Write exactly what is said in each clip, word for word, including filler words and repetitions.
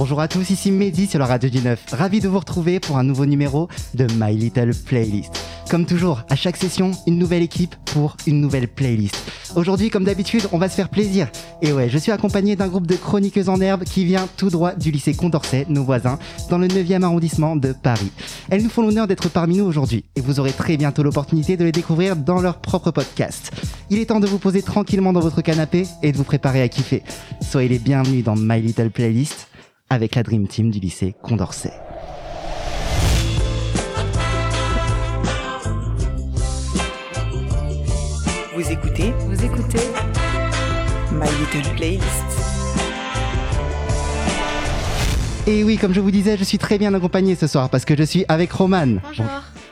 Bonjour à tous, ici Mehdi sur la radio du neuf. Ravi de vous retrouver pour un nouveau numéro de My Little Playlist. Comme toujours, à chaque session, une nouvelle équipe pour une nouvelle playlist. Aujourd'hui, comme d'habitude, on va se faire plaisir. Et ouais, je suis accompagné d'un groupe de chroniqueuses en herbe qui vient tout droit du lycée Condorcet, nos voisins, dans le neuvième arrondissement de Paris. Elles nous font l'honneur d'être parmi nous aujourd'hui et vous aurez très bientôt l'opportunité de les découvrir dans leur propre podcast. Il est temps de vous poser tranquillement dans votre canapé et de vous préparer à kiffer. Soyez les bienvenus dans My Little Playlist avec la Dream Team du lycée Condorcet. Vous écoutez, vous écoutez My Little Playlist. Et oui, comme je vous disais, je suis très bien accompagné ce soir parce que je suis avec Romane. Bonjour.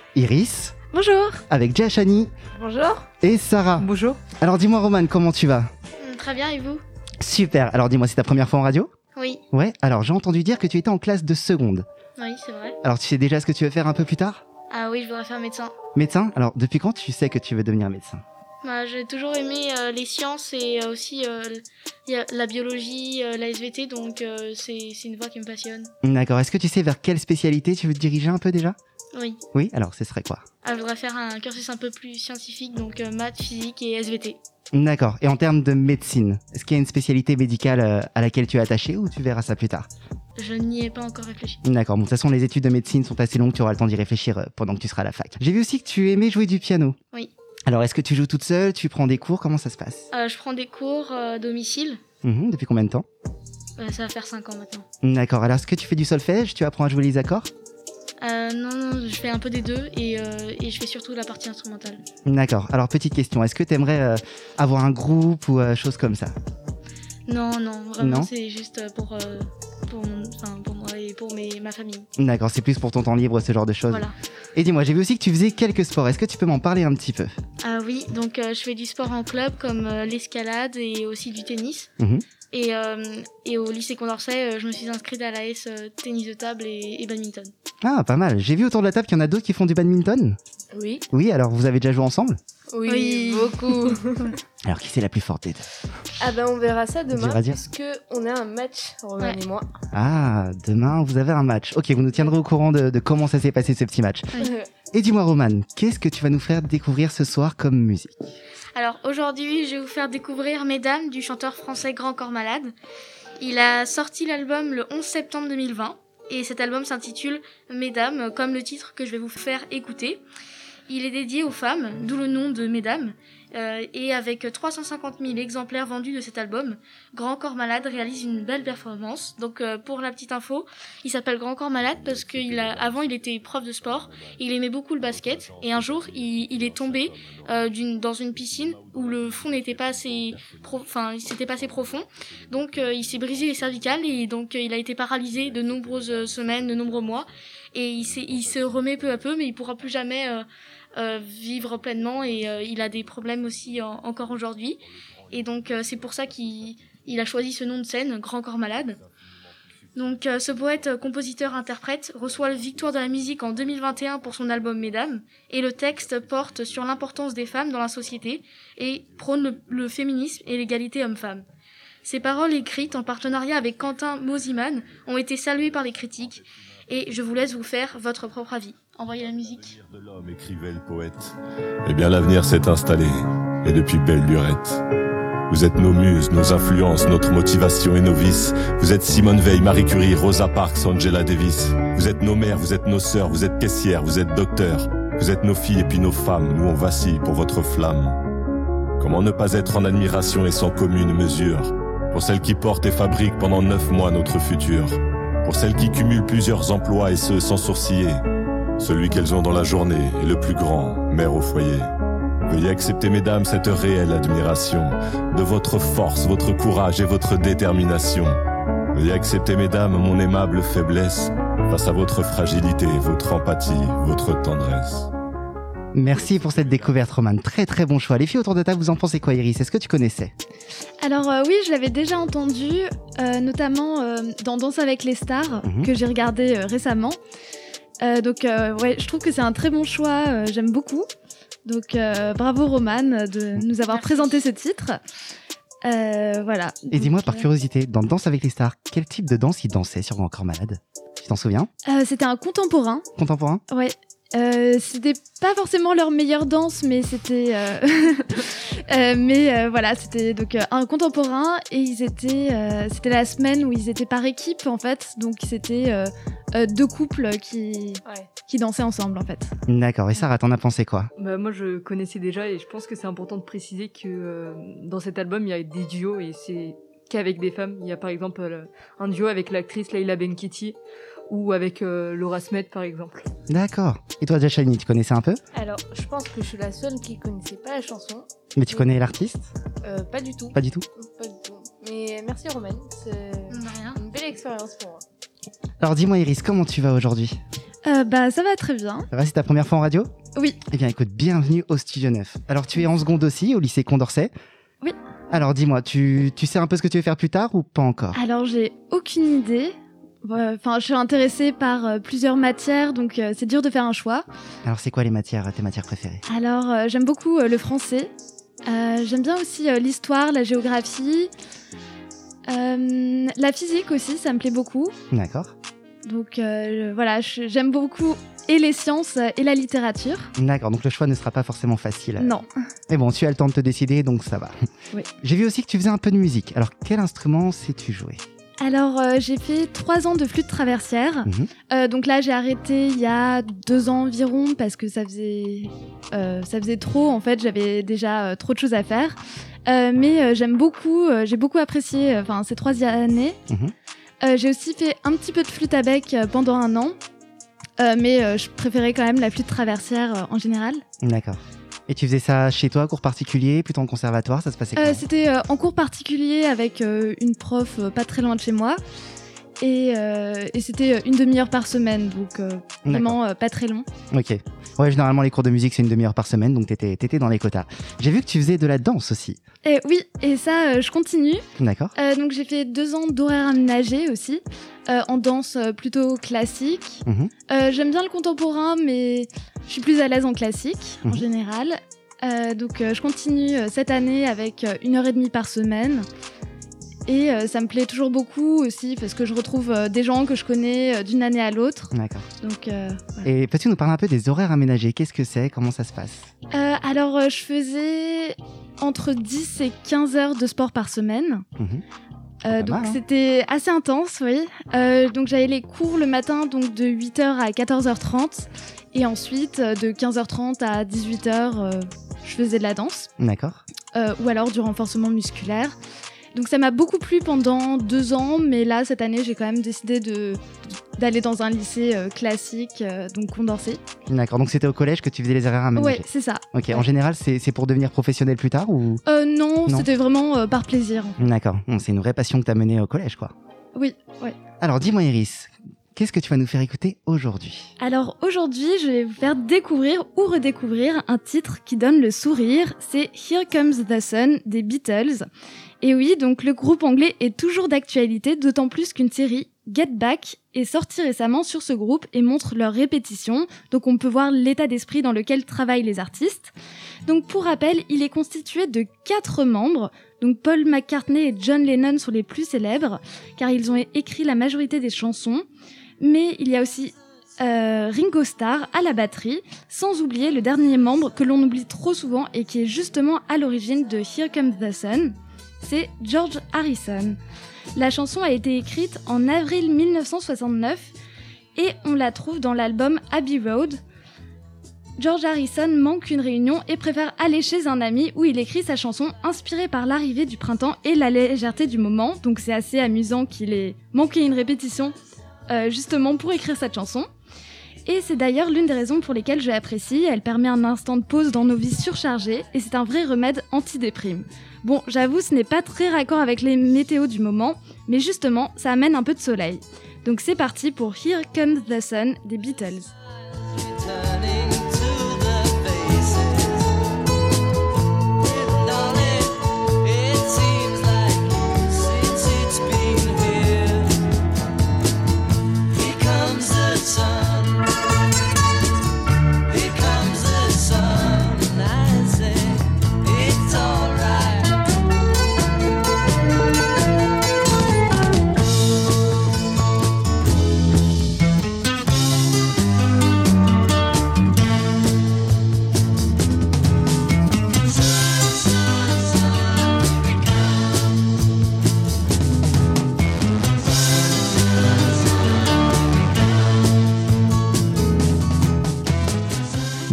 Iris. Bonjour. Avec Jashani. Bonjour. Et Sarah. Bonjour. Alors dis-moi Romane, comment tu vas ? Très bien, et vous ? Super. Alors dis-moi, c'est ta première fois en radio ? Oui. Ouais, alors j'ai entendu dire que tu étais en classe de seconde. Oui, c'est vrai. Alors tu sais déjà ce que tu veux faire un peu plus tard ? Ah oui, je voudrais faire médecin. Médecin ? Alors depuis quand tu sais que tu veux devenir médecin ? Bah, j'ai toujours aimé euh, les sciences et euh, aussi euh, y a la biologie, euh, la S V T, donc euh, c'est, c'est une voie qui me passionne. D'accord, est-ce que tu sais vers quelle spécialité tu veux te diriger un peu déjà ? Oui. Oui, alors ce serait quoi ? Ah, je voudrais faire un cursus un peu plus scientifique, donc euh, maths, physique et S V T. D'accord, et en termes de médecine, est-ce qu'il y a une spécialité médicale euh, à laquelle tu es attaché ou tu verras ça plus tard ? Je n'y ai pas encore réfléchi. D'accord, bon, de toute façon les études de médecine sont assez longues, tu auras le temps d'y réfléchir euh, pendant que tu seras à la fac. J'ai vu aussi que tu aimais jouer du piano. Oui. Alors est-ce que tu joues toute seule, tu prends des cours, comment ça se passe ? Euh, je prends des cours euh, à domicile. Mmh, depuis combien de temps ? Euh, ça va faire cinq ans maintenant. D'accord, alors est-ce que tu fais du solfège, tu apprends à jouer les accords ? Euh, non, non, je fais un peu des deux et, euh, et je fais surtout la partie instrumentale. D'accord, alors petite question, est-ce que tu aimerais euh, avoir un groupe ou euh, chose comme ça ? Non, non, vraiment, Non c'est juste pour, euh, pour, mon, enfin, pour moi et pour mes, ma famille. D'accord, c'est plus pour ton temps libre, ce genre de choses. Voilà. Et dis-moi, j'ai vu aussi que tu faisais quelques sports, est-ce que tu peux m'en parler un petit peu ? Ah oui, donc euh, je fais du sport en club comme euh, l'escalade et aussi du tennis. Mmh. Et, euh, et au lycée Condorcet, euh, je me suis inscrite à l'A S euh, tennis de table et, et badminton. Ah, pas mal. J'ai vu autour de la table qu'il y en a d'autres qui font du badminton. Oui. Oui, alors vous avez déjà joué ensemble ? Oui, Oui. beaucoup. Alors qui c'est la plus forte des deux ? Ah ben on verra ça Tu demain vas dire parce que on a un match, Romain Ouais. et moi. Ah, demain vous avez un match. Ok, vous nous tiendrez au courant de, de comment ça s'est passé ce petit match. Et dis-moi Romane, qu'est-ce que tu vas nous faire découvrir ce soir comme musique ? Alors aujourd'hui, je vais vous faire découvrir Mesdames du chanteur français Grand Corps Malade. Il a sorti l'album le onze septembre deux mille vingt et cet album s'intitule Mesdames, comme le titre que je vais vous faire écouter. Il est dédié aux femmes, d'où le nom de Mesdames. Euh, et avec trois cent cinquante mille exemplaires vendus de cet album, Grand Corps Malade réalise une belle performance. Donc euh, pour la petite info, il s'appelle Grand Corps Malade parce qu'avant il, il était prof de sport, il aimait beaucoup le basket et un jour il, il est tombé euh, d'une, dans une piscine où le fond n'était pas assez, pro, enfin c'était pas assez profond. Donc euh, il s'est brisé les cervicales et donc euh, il a été paralysé de nombreuses semaines, de nombreux mois et il, s'est, il se remet peu à peu, mais il pourra plus jamais euh, Euh, vivre pleinement et euh, il a des problèmes aussi en, encore aujourd'hui et donc euh, c'est pour ça qu'il il a choisi ce nom de scène, Grand Corps Malade. Donc euh, ce poète, euh, compositeur, interprète reçoit la victoire de la musique en deux mille vingt et un pour son album Mesdames et le texte porte sur l'importance des femmes dans la société et prône le, le féminisme et l'égalité homme-femme. Ses paroles écrites en partenariat avec Quentin Mosimann ont été saluées par les critiques et je vous laisse vous faire votre propre avis. Envoyez la musique. De l'homme, écrivait le poète. Eh bien, l'avenir s'est installé, et depuis belle lurette. Vous êtes nos muses, nos influences, notre motivation et nos vices. Vous êtes Simone Veil, Marie Curie, Rosa Parks, Angela Davis. Vous êtes nos mères, vous êtes nos sœurs, vous êtes caissières, vous êtes docteurs. Vous êtes nos filles et puis nos femmes, nous on vacille pour votre flamme. Comment ne pas être en admiration et sans commune mesure pour celles qui portent et fabriquent pendant neuf mois notre futur. Pour celles qui cumulent plusieurs emplois et ce sans sourciller. Celui qu'elles ont dans la journée est le plus grand, mère au foyer. Veuillez accepter, mesdames, cette réelle admiration de votre force, votre courage et votre détermination. Veuillez accepter, mesdames, mon aimable faiblesse face à votre fragilité, votre empathie, votre tendresse. Merci pour cette découverte, Romane. Très très bon choix. Les filles autour de table, vous en pensez quoi, Iris ? Est-ce que tu connaissais ? Alors euh, oui, je l'avais déjà entendu, euh, notamment euh, dans Danse avec les stars, Mhm. que j'ai regardé euh, récemment. Euh, donc euh, ouais, je trouve que c'est un très bon choix, euh, j'aime beaucoup. Donc euh, bravo Romane de nous avoir Merci. présenté ce titre. Euh, voilà. Et dis-moi, Donc, par euh, curiosité, dans Danse avec les stars, quel type de danse il dansait sur Grand Corps Malade? Tu t'en souviens? euh, C'était un contemporain. Contemporain? Ouais. Euh, c'était pas forcément leur meilleure danse, mais c'était. Euh... euh, mais euh, voilà, c'était donc euh, un contemporain et ils étaient. Euh, c'était la semaine où ils étaient par équipe en fait, donc c'était euh, euh, deux couples qui Ouais. qui dansaient ensemble en fait. D'accord. Et Sarah, t'en as pensé quoi? Bah, moi, je connaissais déjà et je pense que c'est important de préciser que euh, dans cet album, il y a des duos et c'est qu'avec des femmes. Il y a par exemple euh, un duo avec l'actrice Leila Benkiti ou avec euh, Laura Smet, par exemple. D'accord. Et toi, Jashani, tu connaissais un peu? Alors, je pense que je suis la seule qui connaissait pas la chanson. Mais tu connais l'artiste? Euh, pas du tout. Pas du tout. Pas du tout. Mais merci Romaine, c'est De rien. une belle expérience pour moi. Alors dis-moi, Iris, comment tu vas aujourd'hui? Euh, bah ça va très bien. Ça va, c'est ta première fois en radio? Oui. Eh bien, écoute, bienvenue au Studio neuf. Alors, tu es en seconde aussi, au lycée Condorcet? Oui. Alors, dis-moi, tu, tu sais un peu ce que tu veux faire plus tard ou pas encore? Alors j'ai aucune idée. Enfin, je suis intéressée par euh, plusieurs matières, donc euh, c'est dur de faire un choix. Alors, c'est quoi les matières, tes matières préférées? Alors, euh, j'aime beaucoup euh, le français. Euh, j'aime bien aussi euh, l'histoire, la géographie. Euh, la physique aussi, ça me plaît beaucoup. D'accord. Donc euh, voilà, je- j'aime beaucoup et les sciences euh, et la littérature. D'accord, donc le choix ne sera pas forcément facile. Non. Mais bon, tu as le temps de te décider, donc ça va. Oui. J'ai vu aussi que tu faisais un peu de musique. Alors, quel instrument sais-tu jouer? Alors, euh, j'ai fait trois ans de flûte traversière. Mhm. Euh, donc là, j'ai arrêté il y a deux ans environ parce que ça faisait, euh, ça faisait trop. En fait, j'avais déjà euh, trop de choses à faire. Euh, mais euh, j'aime beaucoup, euh, j'ai beaucoup apprécié enfin, ces trois années. Mhm. Euh, j'ai aussi fait un petit peu de flûte à bec euh, pendant un an. Euh, mais euh, je préférais quand même la flûte traversière euh, en général. D'accord. Et tu faisais ça chez toi, cours particulier, plutôt en conservatoire, ça se passait comment? Euh, C'était euh, en cours particulier avec euh, une prof euh, pas très loin de chez moi. Et, euh, et c'était euh, une demi-heure par semaine, donc euh, vraiment euh, pas très long. Ok. Ouais, généralement, les cours de musique, c'est une demi-heure par semaine, donc t'étais, t'étais dans les quotas. J'ai vu que tu faisais de la danse aussi. Et oui, et ça, euh, je continue. D'accord. Euh, donc j'ai fait deux ans d'horaire aménagé aussi, euh, en danse euh, plutôt classique. Mhm. Euh, J'aime bien le contemporain, mais je suis plus à l'aise en classique en Mhm. général. Euh, donc euh, je continue euh, cette année avec euh, une heure et demie par semaine. Et euh, ça me plaît toujours beaucoup aussi parce que je retrouve euh, des gens que je connais euh, d'une année à l'autre. D'accord. Donc euh, voilà. Et peux-tu nous parler un peu des horaires aménagés? Qu'est-ce que c'est? Comment ça se passe? Euh, alors euh, je faisais entre dix et quinze heures de sport par semaine. Mhm. Euh, Pas donc mal, hein. c'était assez intense, oui. Euh, donc j'avais les cours le matin donc de huit heures à quatorze heures trente et ensuite euh, de quinze heures trente à dix-huit heures euh, je faisais de la danse D'accord. euh, ou alors du renforcement musculaire. Donc ça m'a beaucoup plu pendant deux ans, mais là cette année j'ai quand même décidé de d'aller dans un lycée euh, classique, euh, donc Condorcet. D'accord. Donc c'était au collège que tu faisais les horaires aménagés? Ouais, c'est ça. Ok. En Ouais. général, c'est, c'est pour devenir professionnel plus tard ou? Euh, non, Non. c'était vraiment euh, par plaisir. D'accord. Bon, c'est une vraie passion que t'as menée au collège, quoi. Oui, ouais. Alors, dis-moi, Iris, qu'est-ce que tu vas nous faire écouter aujourd'hui? Alors aujourd'hui, je vais vous faire découvrir ou redécouvrir un titre qui donne le sourire. C'est Here Comes the Sun des Beatles. Et oui, donc le groupe anglais est toujours d'actualité, d'autant plus qu'une série, Get Back, est sortie récemment sur ce groupe et montre leurs répétitions. Donc on peut voir l'état d'esprit dans lequel travaillent les artistes. Donc pour rappel, il est constitué de quatre membres. Donc Paul McCartney et John Lennon sont les plus célèbres, car ils ont écrit la majorité des chansons. Mais il y a aussi euh, Ringo Starr à la batterie, sans oublier le dernier membre que l'on oublie trop souvent et qui est justement à l'origine de Here Comes the Sun, c'est George Harrison. La chanson a été écrite en avril mille neuf cent soixante-neuf et on la trouve dans l'album Abbey Road. George Harrison manque une réunion et préfère aller chez un ami où il écrit sa chanson inspirée par l'arrivée du printemps et la légèreté du moment, donc c'est assez amusant qu'il ait manqué une répétition Euh, justement pour écrire cette chanson. Et c'est d'ailleurs l'une des raisons pour lesquelles je l'apprécie. Elle permet un instant de pause dans nos vies surchargées et c'est un vrai remède anti-déprime. Bon, j'avoue, ce n'est pas très raccord avec les météos du moment, mais justement, ça amène un peu de soleil. Donc c'est parti pour Here Comes the Sun des Beatles. Sun, I say it's alright.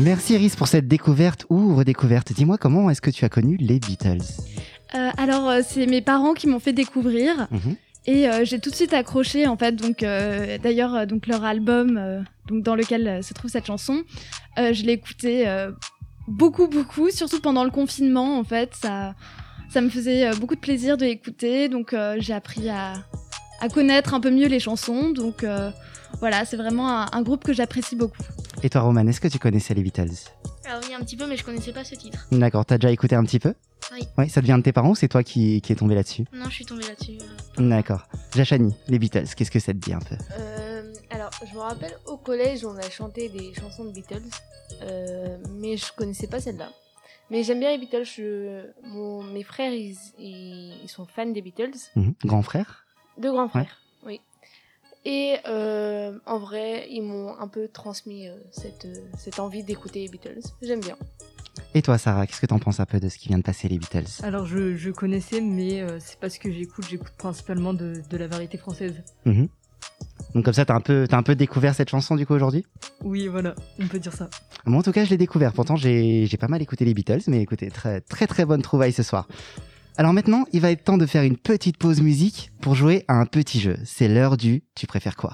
Merci Iris pour cette découverte ou redécouverte. Dis-moi, comment est-ce que tu as connu les Beatles? Euh, alors, euh, c'est mes parents qui m'ont fait découvrir. Mhm. Et euh, j'ai tout de suite accroché, en fait. Donc, euh, d'ailleurs, euh, donc leur album, euh, donc dans lequel euh, se trouve cette chanson, euh, je l'ai écouté euh, beaucoup, beaucoup, surtout pendant le confinement, en fait. Ça, ça me faisait euh, beaucoup de plaisir de l'écouter. Donc, euh, j'ai appris à, à connaître un peu mieux les chansons. Donc, euh, voilà, c'est vraiment un, un groupe que j'apprécie beaucoup. Et toi, Roman, est-ce que tu connaissais les Beatles? Alors oui, un petit peu, mais je connaissais pas ce titre. D'accord, t'as déjà écouté un petit peu? Oui. Oui, ça devient de tes parents ou c'est toi qui, qui est tombé là-dessus? Non, je suis tombée là-dessus. euh. D'accord. Jachani, les Beatles, qu'est-ce que ça te dit un peu? Euh, alors, je me rappelle au collège, on a chanté des chansons de Beatles, euh, mais je connaissais pas celle-là. Mais j'aime bien les Beatles. Je, mon, mes frères, ils, ils, ils sont fans des Beatles, Mhm. Grand frère? deux grands frères, oui. Et euh, en vrai, ils m'ont un peu transmis euh, cette, euh, cette envie d'écouter les Beatles. J'aime bien. Et toi, Sarah, qu'est-ce que t'en penses un peu de ce qui vient de passer, les Beatles? Alors je, je connaissais, mais euh, c'est pas ce que j'écoute. J'écoute principalement de, de la variété française. Mhm. Donc comme ça, t'as un peu, t'as un peu découvert cette chanson du coup aujourd'hui? Oui, voilà, on peut dire ça. Moi, en tout cas, je l'ai découvert. Pourtant, j'ai, j'ai pas mal écouté les Beatles, mais écoutez, très, très, très bonne trouvaille ce soir. Alors maintenant, il va être temps de faire une petite pause musique pour jouer à un petit jeu. C'est l'heure du « Tu préfères quoi ?»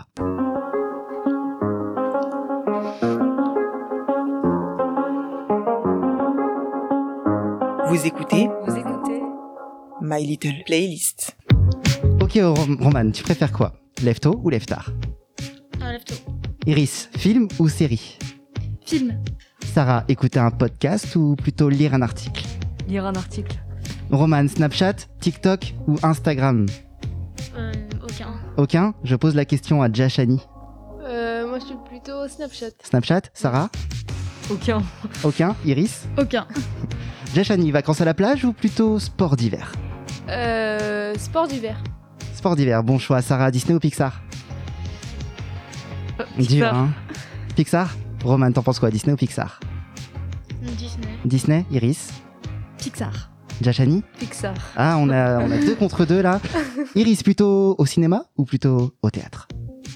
Vous écoutez Vous écoutez My Little Playlist. Ok, Rom- Roman, tu préfères quoi? Lève tôt ou lève tard? Ah, lève tôt. Iris, film ou série? Film. Sarah, écouter un podcast ou plutôt lire un article? Lire un article. Roman, Snapchat, TikTok ou Instagram? Euh, aucun. Aucun? Je pose la question à Jashani. Euh, moi, je suis plutôt Snapchat. Snapchat? Sarah? Aucun. Aucun? Iris? Aucun. Jashani, vacances à la plage ou plutôt sport d'hiver? Euh, sport d'hiver. Sport d'hiver, bon choix. Sarah, Disney ou Pixar? Euh, Dur, Pixar. hein? Pixar? Roman, t'en penses quoi? Disney ou Pixar? Disney. Disney? Iris? Pixar. Jashani? Pixar. Ah, on a, on a deux contre deux là. Iris, plutôt au cinéma ou plutôt au théâtre?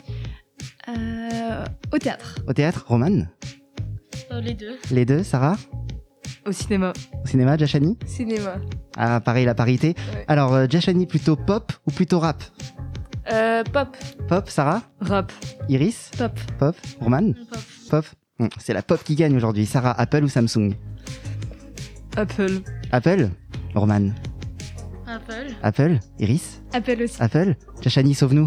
Euh, au théâtre. Au théâtre, Roman? Euh, les deux. Les deux, Sarah? Au cinéma. Au cinéma, Jashani? Cinéma. Ah, pareil, la parité. Ouais. Alors, euh, Jashani, plutôt pop ou plutôt rap? Euh, pop. Pop, Sarah? Rap. Iris? Pop. Pop? Roman? Pop. Pop? Hum, c'est la pop qui gagne aujourd'hui. Sarah, Apple ou Samsung? Apple. Apple? Roman? Apple. Apple? Iris? Apple aussi. Apple? Jashani, sauve-nous.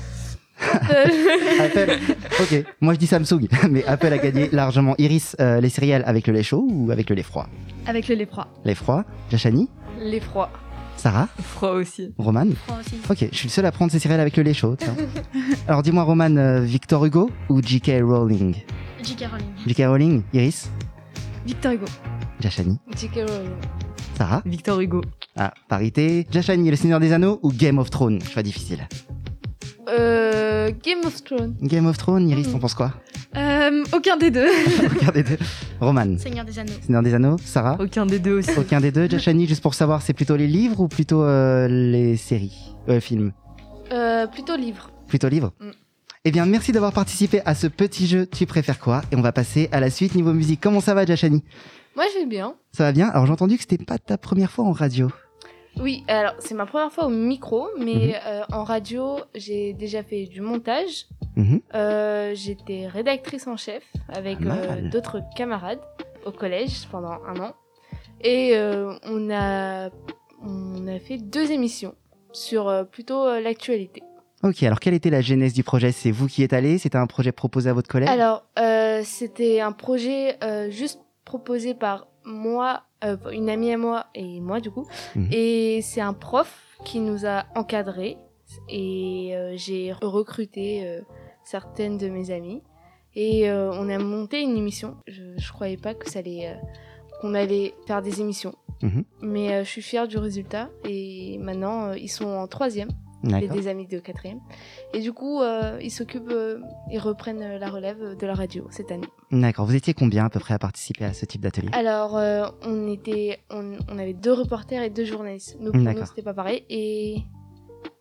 Apple. Ok, moi je dis Samsung, mais Apple a gagné largement. Iris, euh, les céréales avec le lait chaud ou avec le lait froid? Avec le lait froid. Lait froid. Jashani? Les froids. Sarah? Froid aussi. Roman? Froid aussi. Ok, je suis le seul à prendre ces céréales avec le lait chaud. Tiens. Alors dis-moi, Roman, euh, Victor Hugo ou J K. Rowling? J K. Rowling. J K. Rowling? Iris? Victor Hugo. Jashani? J K. Rowling. Sarah? Victor Hugo. Ah, parité. Jashani, le Seigneur des Anneaux ou Game of Thrones? Choix difficile. Euh, Game of Thrones. Game of Thrones, Iris, Mhm. t'en penses quoi? Euh, aucun des deux. Regardez deux. Roman? Seigneur des Anneaux. Seigneur des Anneaux? Sarah? Aucun des deux aussi. Aucun des deux. Jashani, juste pour savoir, c'est plutôt les livres ou plutôt euh, les séries? Euh, films? Euh, plutôt livre. Plutôt livres? Mm. Eh bien, merci d'avoir participé à ce petit jeu Tu préfères quoi? Et on va passer à la suite niveau musique. Comment ça va, Jashani? Moi, je vais bien. Ça va bien? Alors, j'ai entendu que c'était pas ta première fois en radio. Oui, alors c'est ma première fois au micro, mais euh, en radio, j'ai déjà fait du montage. Mhm. Euh, J'étais rédactrice en chef avec Pas euh, mal. d'autres camarades au collège pendant un an. Et euh, on, a, on a fait deux émissions sur euh, plutôt euh, l'actualité. Ok, alors quelle était la genèse du projet? C'est vous qui êtes allé? C'était un projet proposé à votre collègue? Alors, euh, c'était un projet euh, juste proposé par moi, euh, une amie à moi et moi du coup. Mhm. Et c'est un prof qui nous a encadrés et euh, j'ai recruté euh, certaines de mes amies et euh, on a monté une émission. Je, je croyais pas que ça allait, euh, qu'on allait faire des émissions, Mhm. mais euh, je suis fière du résultat et maintenant euh, ils sont en troisième. J'ai D'accord. des amis de quatrième. Et du coup, euh, ils s'occupent, euh, ils reprennent euh, la relève de la radio cette année. D'accord. Vous étiez combien à peu près à participer à ce type d'atelier? Alors, euh, on était, on, on avait deux reporters et deux journalistes. Nous, pour D'accord. nous, c'était pas pareil. Et,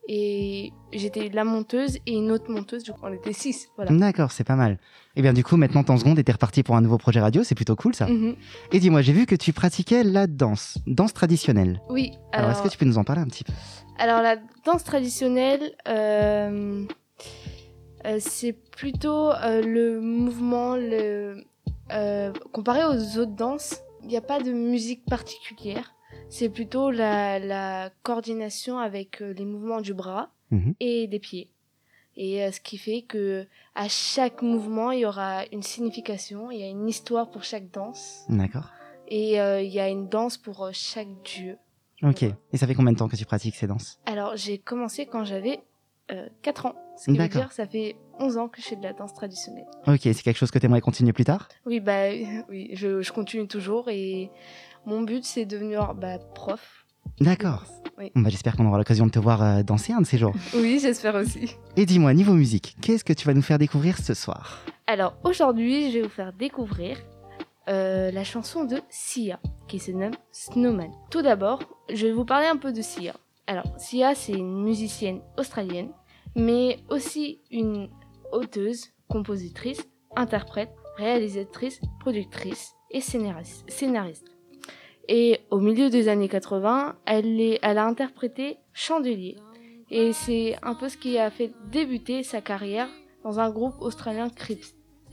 Et j'étais la monteuse et une autre monteuse, du coup on était six. Voilà. D'accord, c'est pas mal. Et bien du coup, maintenant t'es en seconde et t'es reparti pour un nouveau projet radio, c'est plutôt cool ça. Mhm. Et dis-moi, j'ai vu que tu pratiquais la danse, danse traditionnelle. Oui. Alors, est-ce que tu peux nous en parler un petit peu? Alors la danse traditionnelle, euh, euh, c'est plutôt euh, le mouvement, le, euh, comparé aux autres danses, il n'y a pas de musique particulière. C'est plutôt la, la coordination avec euh, les mouvements du bras Mhm. et des pieds. Et euh, ce qui fait que à chaque mouvement, il y aura une signification, il y a une histoire pour chaque danse. D'accord. Et euh, il y a une danse pour euh, chaque dieu. Ok. Et ça fait combien de temps que tu pratiques ces danses? Alors, j'ai commencé quand j'avais euh, quatre ans. Ce qui veut D'accord. dire ça fait onze ans que je fais de la danse traditionnelle. Ok, c'est quelque chose que tu aimerais continuer plus tard? Oui, bah oui, je, je continue toujours et mon but c'est de devenir bah, prof. D'accord. Oui. Bon, bah, j'espère qu'on aura l'occasion de te voir euh, danser un de ces jours. Oui, j'espère aussi. Et dis-moi, niveau musique, qu'est-ce que tu vas nous faire découvrir ce soir? Alors, aujourd'hui, je vais vous faire découvrir euh, la chanson de Sia, qui se nomme Snowman. Tout d'abord, je vais vous parler un peu de Sia. Alors, Sia, c'est une musicienne australienne, mais aussi une auteuse, compositrice, interprète, réalisatrice, productrice et scénariste. scénariste. Et au milieu des années quatre-vingts, elle, est, elle a interprété Chandelier. Et c'est un peu ce qui a fait débuter sa carrière dans un groupe australien Crips.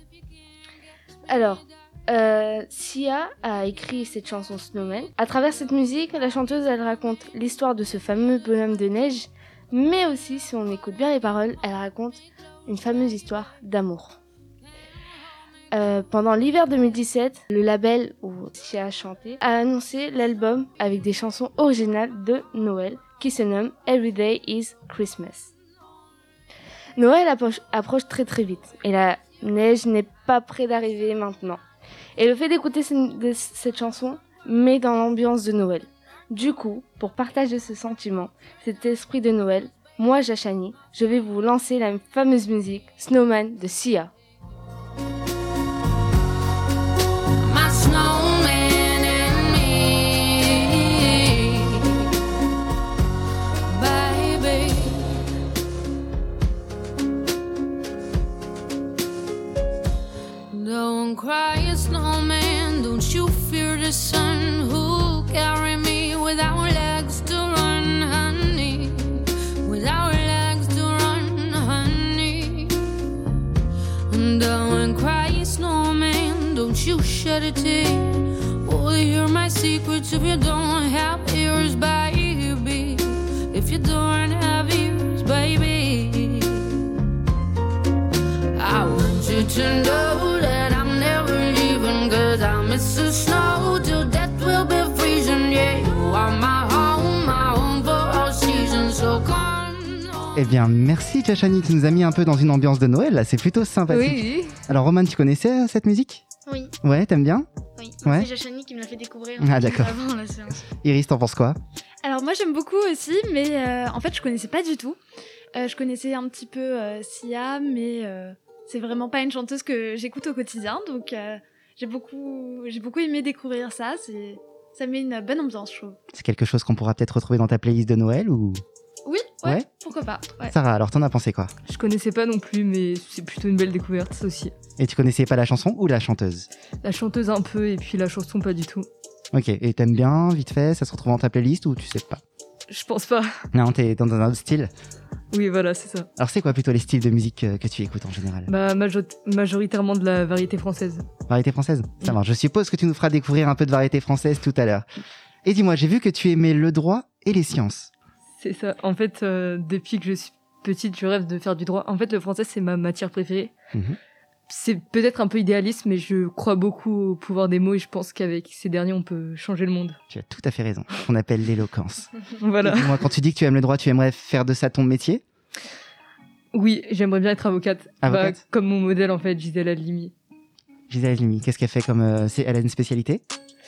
Alors, euh, Sia a écrit cette chanson Snowman. À travers cette musique, la chanteuse, elle raconte l'histoire de ce fameux bonhomme de neige, mais aussi, si on écoute bien les paroles, elle raconte une fameuse histoire d'amour. Euh, pendant l'hiver deux mille dix-sept, le label où Sia a chanté a annoncé l'album avec des chansons originales de Noël qui se nomme Every Day is Christmas. Noël approche, approche très très vite et la neige n'est pas près d'arriver maintenant. Et le fait d'écouter ce, cette chanson met dans l'ambiance de Noël. Du coup, pour partager ce sentiment, cet esprit de Noël, moi Jachani, je vais vous lancer la fameuse musique Snowman de Sia. Don't cry, snowman, don't you fear the sun who'll carry me without legs to run, honey, without legs to run, honey. Don't cry, snowman, don't you shed a tear. Oh, hear my secrets if you don't have ears, baby, if you don't have ears, baby. I want you to know that I'm never leaving, cause I miss the snow till death will be freezing. Yeah, you are my home, my home for all seasons, so come on. Eh bien, merci Jachani, tu nous as mis un peu dans une ambiance de Noël, là, c'est plutôt sympathique. Oui. Alors Roman, tu connaissais euh, cette musique? Oui, Ouais, t'aimes bien? oui. Ouais. C'est Jachani qui me l'a fait découvrir Ah, d'accord. avant la séance. Iris, t'en penses quoi? Alors moi j'aime beaucoup aussi, mais euh, en fait je connaissais pas du tout. Euh, je connaissais un petit peu euh, Sia, mais euh, c'est vraiment pas une chanteuse que j'écoute au quotidien, donc euh, j'ai beaucoup, j'ai beaucoup aimé découvrir ça. C'est, ça met une bonne ambiance, je trouve. C'est quelque chose qu'on pourra peut-être retrouver dans ta playlist de Noël ou... Oui, ouais, Ouais. pourquoi pas. Ouais. Sarah, alors t'en as pensé quoi? Je connaissais pas non plus, mais c'est plutôt une belle découverte, ça aussi. Et tu connaissais pas la chanson ou la chanteuse? La chanteuse un peu, et puis la chanson pas du tout. Ok, et t'aimes bien, vite fait, ça se retrouve dans ta playlist ou tu sais pas? Je pense pas. Non, t'es dans un autre style. Oui, voilà, c'est ça. Alors c'est quoi plutôt les styles de musique que, que tu écoutes en général? Bah, majo- majoritairement de la variété française. Variété française? Ça marche, je suppose que tu nous feras découvrir un peu de variété française tout à l'heure. Et dis-moi, j'ai vu que tu aimais le droit et les sciences. C'est ça. En fait, euh, depuis que je suis petite, je rêve de faire du droit. En fait, le français, c'est ma matière préférée. Mhm. C'est peut-être un peu idéaliste, mais je crois beaucoup au pouvoir des mots et je pense qu'avec ces derniers, on peut changer le monde. Tu as tout à fait raison, ce qu'on appelle l'éloquence. Voilà. Et dis-moi, quand tu dis que tu aimes le droit, tu aimerais faire de ça ton métier? Oui, j'aimerais bien être avocate. Avocate Bah, comme mon modèle, en fait, Gisèle Halimi. Gisèle Halimi, qu'est-ce qu'elle fait comme... euh, c'est- elle a une spécialité?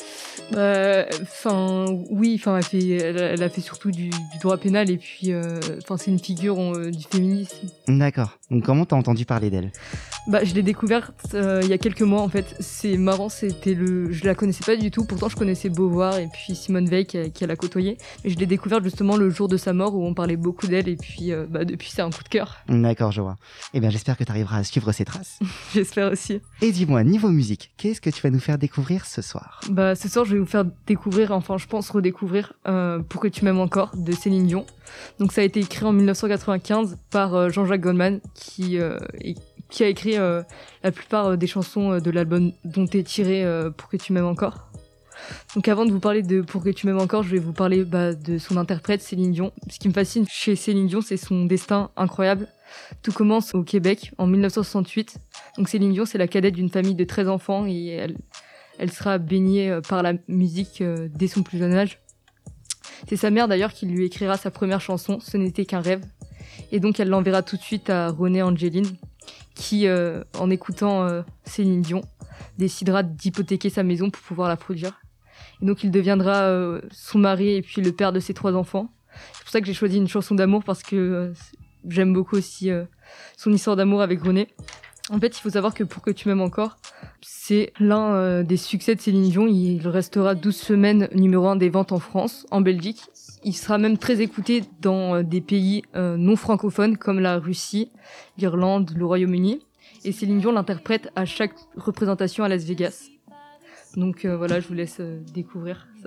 Enfin, oui, enfin, elle, fait, elle, a- elle a fait surtout du, du droit pénal et puis, enfin, c'est une figure euh, du féminisme. D'accord. Donc comment t'as entendu parler d'elle ? Bah, je l'ai découverte euh, il y a quelques mois en fait. C'est marrant, c'était le, je la connaissais pas du tout. Pourtant, je connaissais Beauvoir et puis Simone Veil qui, qui l'a côtoyée. Et je l'ai découverte justement le jour de sa mort où on parlait beaucoup d'elle. Et puis, euh, bah, depuis, c'est un coup de cœur. D'accord, je vois. Eh bien, j'espère que tu arriveras à suivre ses traces. J'espère aussi. Et dis-moi, niveau musique, qu'est-ce que tu vas nous faire découvrir ce soir ? Bah, ce soir, je vais vous faire découvrir, enfin, je pense redécouvrir euh, Pour que tu m'aimes encore de Céline Dion. Donc, ça a été écrit en dix-neuf cent quatre-vingt-quinze par euh, Jean-Jacques Goldman qui euh, est qui a écrit euh, la plupart des chansons de l'album dont est tiré euh, Pour que tu m'aimes encore. Donc avant de vous parler de Pour que tu m'aimes encore, je vais vous parler bah, de son interprète Céline Dion. Ce qui me fascine chez Céline Dion, c'est son destin incroyable. Tout commence au Québec en dix-neuf cent soixante-huit. Donc Céline Dion, c'est la cadette d'une famille de treize enfants et elle, elle sera baignée par la musique euh, dès son plus jeune âge. C'est sa mère d'ailleurs qui lui écrira sa première chanson, Ce n'était qu'un rêve. Et donc elle l'enverra tout de suite à René Angelin, qui, euh, en écoutant euh, Céline Dion, décidera d'hypothéquer sa maison pour pouvoir la produire. Et donc il deviendra euh, son mari et puis le père de ses trois enfants. C'est pour ça que j'ai choisi une chanson d'amour parce que euh, j'aime beaucoup aussi euh, son histoire d'amour avec René. En fait, il faut savoir que Pour que tu m'aimes encore, c'est l'un euh, des succès de Céline Dion. Il restera douze semaines numéro un des ventes en France, en Belgique. Il sera même très écouté dans euh, des pays euh, non francophones comme la Russie, l'Irlande, le Royaume-Uni. Et Céline Dion l'interprète à chaque représentation à Las Vegas. Donc euh, voilà, je vous laisse euh, découvrir ça.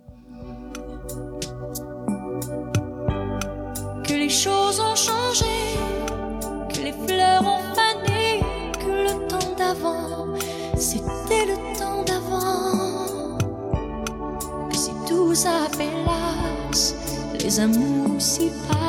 Que les choses ont changé, que les fleurs ont fané, que le temps d'avant, c'était le temps d'avant. Que si tout ça fait las, les amours s'y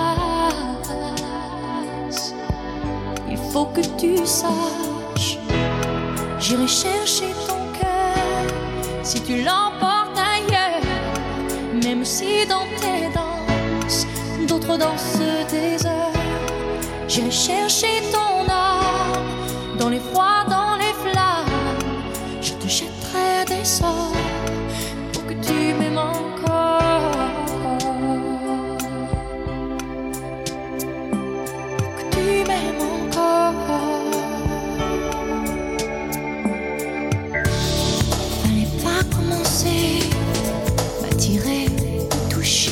passent. Il faut que tu saches, j'irai chercher ton cœur si tu l'emportes ailleurs, même si dans tes danses d'autres dansent des heures. J'irai chercher ton âme dans les froids, dans les flammes. Je te jetterai des sorts pour que tu m'aimes encore, pour que tu m'aimes encore. Fallait pas commencer à tirer, toucher.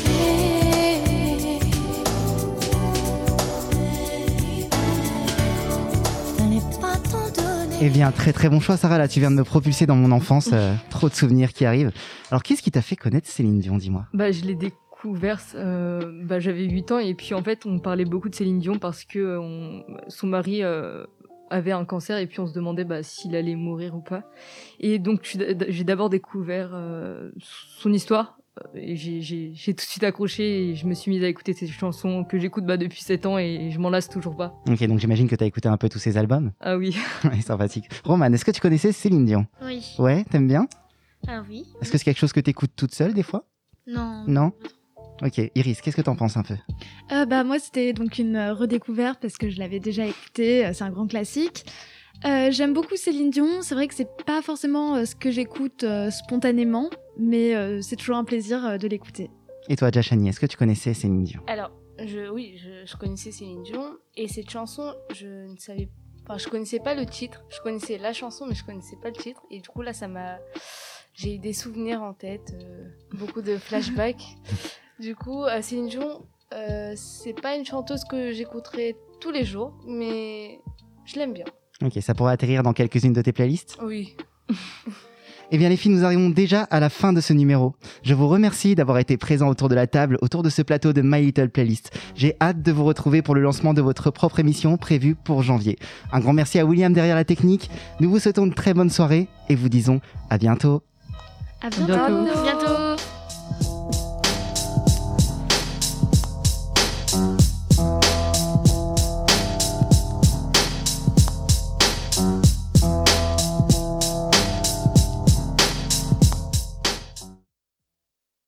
Eh bien, très très bon choix, Sarah. Là, tu viens de me propulser dans mon enfance. Euh, trop de souvenirs qui arrivent. Alors, qu'est-ce qui t'a fait connaître Céline Dion, dis-moi ? Bah, je l'ai découverte, euh, bah, j'avais huit ans et puis en fait, on parlait beaucoup de Céline Dion parce que on, son mari euh, avait un cancer et puis on se demandait bah, s'il allait mourir ou pas. Et donc, j'ai d'abord découvert euh, son histoire. Et j'ai, j'ai, j'ai tout de suite accroché et je me suis mise à écouter ses chansons que j'écoute bah, depuis sept ans et je m'en lasse toujours pas. Ok, donc j'imagine que t'as écouté un peu tous ses albums. Ah oui. Ouais, sympathique. Romane, est-ce que tu connaissais Céline Dion ? Oui. Ouais, t'aimes bien ? Ah oui. Est-ce que c'est quelque chose que t'écoutes toute seule des fois ? Non. Non ? Ok, Iris, qu'est-ce que t'en penses un peu ? euh, bah, Moi, c'était donc une euh, redécouverte parce que je l'avais déjà écouté, euh, c'est un grand classique. Euh, j'aime beaucoup Céline Dion, c'est vrai que c'est pas forcément euh, ce que j'écoute euh, spontanément, mais euh, c'est toujours un plaisir euh, de l'écouter. Et toi, Jachani, est-ce que tu connaissais Céline Dion ? Alors, je, oui, je, je connaissais Céline Dion, et cette chanson, je ne savais, enfin, je connaissais pas le titre. Je connaissais la chanson, mais je connaissais pas le titre, et du coup là, ça m'a, j'ai eu des souvenirs en tête, euh, beaucoup de flashbacks. Du coup, euh, Céline Dion, euh, c'est pas une chanteuse que j'écouterai tous les jours, mais je l'aime bien. Ok, ça pourrait atterrir dans quelques-unes de tes playlists ? Oui. Eh bien les filles, nous arrivons déjà à la fin de ce numéro. Je vous remercie d'avoir été présents autour de la table, autour de ce plateau de My Little Playlist. J'ai hâte de vous retrouver pour le lancement de votre propre émission prévue pour janvier. Un grand merci à William derrière la technique. Nous vous souhaitons une très bonne soirée et vous disons à bientôt. À bientôt. bientôt. À bientôt.